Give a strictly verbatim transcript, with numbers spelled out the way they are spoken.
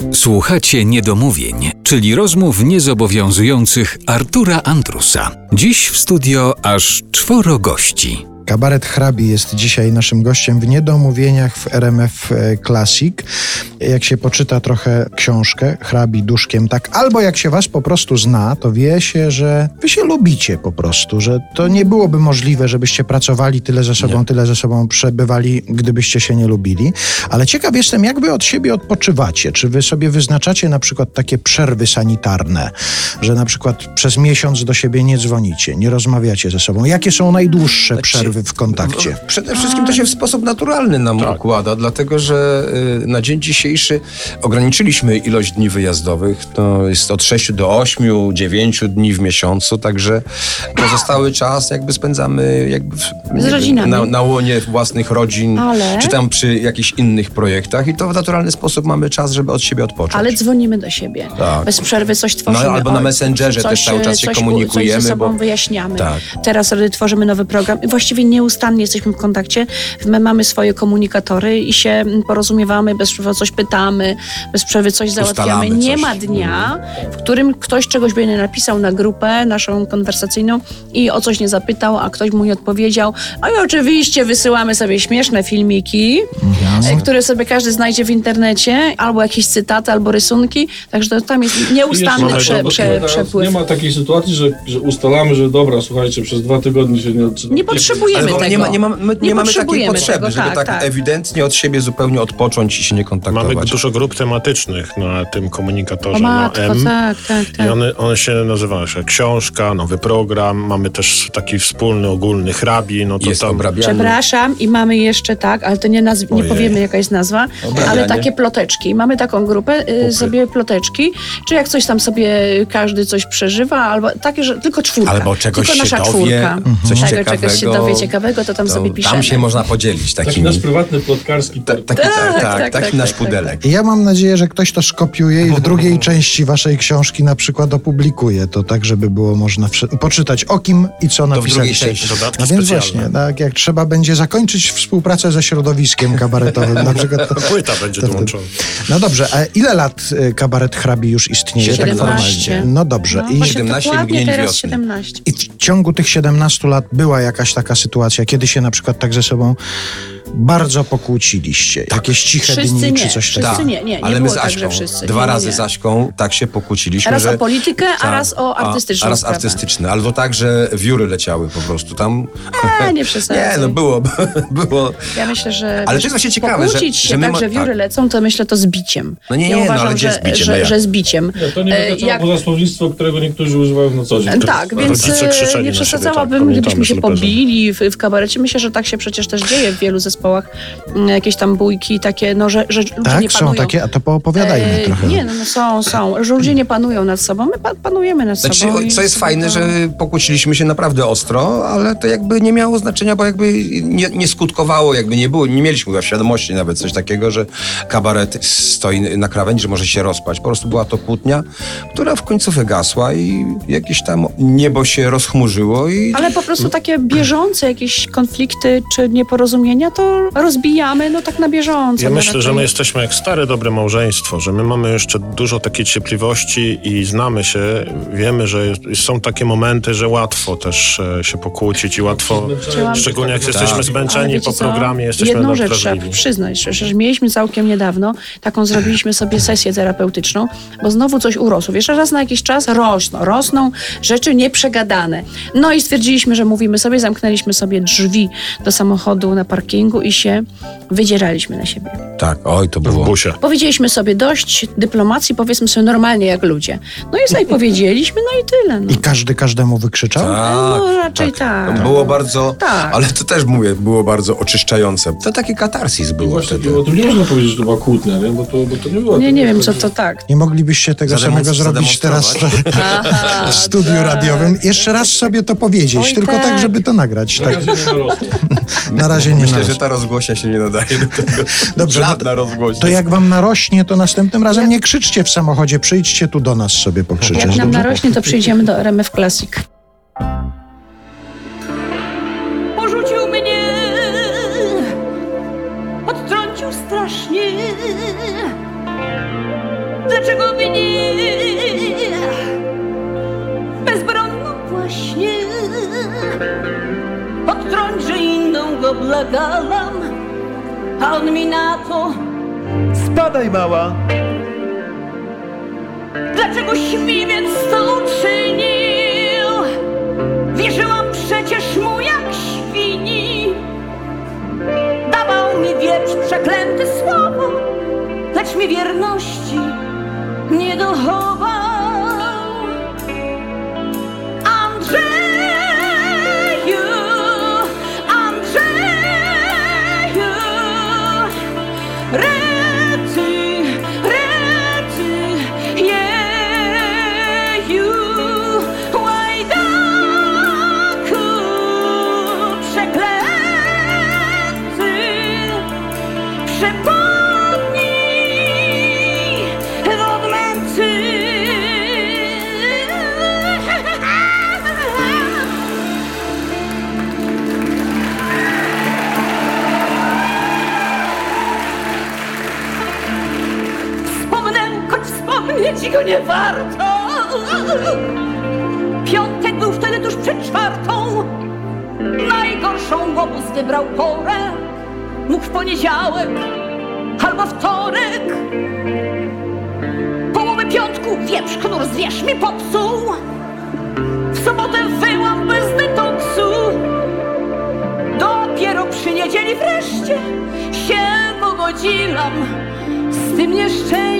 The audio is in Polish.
Słuchacie Niedomówień, czyli rozmów niezobowiązujących Artura Andrusa. Dziś w studio aż czworo gości. Kabaret Hrabi jest dzisiaj naszym gościem w Niedomówieniach w R M F Classic. Jak się poczyta trochę książkę Hrabi duszkiem, tak, albo jak się was po prostu zna, to wie się, że wy się lubicie po prostu, że to nie byłoby możliwe, żebyście pracowali tyle ze sobą, nie. tyle ze sobą przebywali, gdybyście się nie lubili. Ale ciekaw jestem, jak wy od siebie odpoczywacie. Czy wy sobie wyznaczacie na przykład takie przerwy sanitarne, że na przykład przez miesiąc do siebie nie dzwonicie, nie rozmawiacie ze sobą? Jakie są najdłuższe znaczy, przerwy w kontakcie? W, przede wszystkim to się w sposób naturalny nam tak. układa, dlatego że y, na dzień dzisiejszy ograniczyliśmy ilość dni wyjazdowych. To jest od sześciu do ośmiu, dziewięciu dni w miesiącu, także pozostały czas jakby spędzamy jakby w, z rodzinami. Na, na łonie własnych rodzin, Ale... czy tam przy jakichś innych projektach i to w naturalny sposób mamy czas, żeby od siebie odpocząć. Ale dzwonimy do siebie. Tak. Bez przerwy coś tworzymy. No, albo na Messengerze coś, też cały czas się coś, komunikujemy. Coś ze sobą bo... wyjaśniamy. Tak. Teraz tworzymy nowy program i właściwie nieustannie jesteśmy w kontakcie. My mamy swoje komunikatory i się porozumiewamy, bez przerwy coś pytamy, bez przerwy coś załatwiamy. Ustalamy nie coś. ma dnia, w którym ktoś czegoś by nie napisał na grupę naszą konwersacyjną i o coś nie zapytał, a ktoś mu nie odpowiedział. A i oczywiście wysyłamy sobie śmieszne filmiki, mhm. które sobie każdy znajdzie w internecie, albo jakieś cytaty, albo rysunki. Także to, tam jest nieustanny prze, prze, przepływ. Nie ma takiej sytuacji, że, że ustalamy, że dobra, słuchajcie, przez dwa tygodnie się nie... Nie potrzebujemy tego. Nie, ma, nie, ma, my, nie, nie mamy takiej potrzeby, tego, żeby tak, tak, tak ewidentnie od siebie zupełnie odpocząć i się nie kontaktować. Mamy dużo grup tematycznych na tym komunikatorze, o matko, na M. Tak, tak, tak. I one, one się nazywają się książka, nowy program, mamy też taki wspólny, ogólny Hrabi. No to jest tam... obrabiany. Przepraszam i mamy jeszcze tak, ale to nie, nazw- nie powiemy jaka jest nazwa, obrabianie. Ale takie ploteczki. Mamy taką grupę, y, sobie ploteczki, czy jak coś tam sobie każdy coś przeżywa, albo takie, że tylko czwórka. Albo czegoś tylko nasza się dowie, czwórka. coś Tego, ciekawego. czegoś się dowie ciekawego, to tam to sobie piszemy. Tam się można podzielić takimi. Taki nasz prywatny plotkarski Ta, taki, tak, tak, tak, tak, taki tak, nasz tak, pudelek. I ja mam nadzieję, że ktoś to skopiuje i w drugiej części waszej książki na przykład opublikuje to tak, żeby było można wszy- poczytać o kim i co napisaliście. To w drugiej części dodatki no więc specjalne. właśnie, tak jak trzeba będzie zakończyć współpracę ze środowiskiem kabaretowym na przykład. To, płyta będzie to, dołączona. No dobrze, a ile lat Kabaret Hrabi już istnieje? siedemnaście. Tak no dobrze. No, I, siedemnaście dokładnie mgnień teraz wiosny. siedemnaście. I w ciągu tych siedemnastu lat była jakaś taka sytuacja, kiedy się na przykład tak ze sobą bardzo pokłóciliście. Tak. Jakieś ciche Wszyscy dni nie, czy coś wszyscy takiego. nie, nie, nie ale było my z tak, Aśką, że wszyscy. dwa nie, razy nie. z Aśką tak się pokłóciliśmy, Raz że... o politykę, a tak, raz o artystyczną A raz sprawę. artystyczny, albo tak, że wióry leciały po prostu tam. Nie, nie przesadzaj. Nie, no było, było. Ja myślę, że... Ale to jest właśnie ciekawe, pokłócić że, się że my tak, ma... że wióry tak. lecą, to myślę to z biciem. No nie, nie, ja no, uważam, ale gdzie że, z biciem? że, No że z biciem. Nie, to nie wykraczało jak... poza słownictwo, którego niektórzy używają na co dzień. Tak, więc nie przesadzałabym, gdybyśmy się pobili w, w kabarecie. Myślę, że tak się przecież też dzieje w wielu zespołach. Jakieś tam bójki takie, no, że, że ludzie tak, nie panują. są takie, a to poopowiadajmy e, trochę. Nie, no, no są, są. Że ludzie nie panują nad sobą, my pa- panujemy nad Znaczy, sobą. co jest i fajne, to... że pokłóciliśmy się naprawdę ostro, ale to jakby nie miało znaczenia, bo jakby nie, nie skutkowało, jakby nie było, nie mieliśmy świadomości nawet coś takiego, że kabaret stoi na krawędzi, że może się rozpaść. Po prostu była to kłótnia, która w końcu wygasła i jakieś tam niebo się rozchmurzyło i... Ale po prostu takie bieżące jakieś konflikty czy nieporozumienia to rozbijamy, no tak na bieżąco. Ja no myślę, raczej. że my jesteśmy jak stare, dobre małżeństwo, że my mamy jeszcze dużo takiej cierpliwości i znamy się, wiemy, że jest, są takie momenty, że łatwo też e, się pokłócić i łatwo, Chciałam- szczególnie jak Tak. jesteśmy Ale zmęczeni wiecie po co? programie, jesteśmy Jedną rzecz trzeba nadwrażliwi. przyznać, że, że mieliśmy całkiem niedawno, taką zrobiliśmy sobie sesję terapeutyczną, bo znowu coś urosło. Jeszcze raz na jakiś czas rosną, rosną rzeczy nieprzegadane. No i stwierdziliśmy, że mówimy sobie, zamknęliśmy sobie drzwi do samochodu na parkingu i się wydzieraliśmy na siebie. Tak, oj, to W było. busie. Powiedzieliśmy sobie dość dyplomacji, powiedzmy sobie normalnie jak ludzie. No i sobie powiedzieliśmy, no i tyle. No. I każdy każdemu wykrzyczał? Tak, No, raczej tak. To było bardzo, Tak. ale to też mówię, było bardzo oczyszczające. To taki katarsis było Właśnie, wtedy. bo tu nie można powiedzieć, że to była kłótnia, nie? Bo, to, bo to nie było... Nie, nie wiem, co to tak. Nie moglibyście tego Zademon- samego zrobić teraz Aha, w studiu tak. radiowym? Jeszcze raz sobie to powiedzieć, Oj, tylko tak. tak, żeby to nagrać. Tak. Magazynie narosło. Na razie nie Myślę, narośnie. że ta rozgłosia się nie nadaje do tego. Dobrze, Żadna no, rozgłośnia. To jak wam narośnie, to następnym razem nie krzyczcie w samochodzie, przyjdźcie tu do nas sobie pokrzyczeć. Jak nam dobrze? narośnie, to przyjdziemy do R M F Classic. Porzucił mnie, odtrącił strasznie. ulegałam, a on mi na to: Spadaj, mała. dlaczego śmiwiec to uczynił? Wierzyłam przecież mu jak świni. Dawał mi wieprz przeklęty słowo, lecz mi wierności nie dochował. Andrzeju, Andrzeju, rety, rety, jeju, łajdaku przeklęty, przepomnij od męty. Wspomnę, choć wspomnieć go nie warto. Piątek był wtedy tuż przed czwartą. Najgorszą łobuz wybrał porę. Mógł w poniedziałek albo wtorek. Połowę piątku wieprz knur zwierz mi popsuł. W sobotę wyłam bez detoksu. Dopiero przy niedzieli wreszcie się pogodziłam z tym nieszczęściem.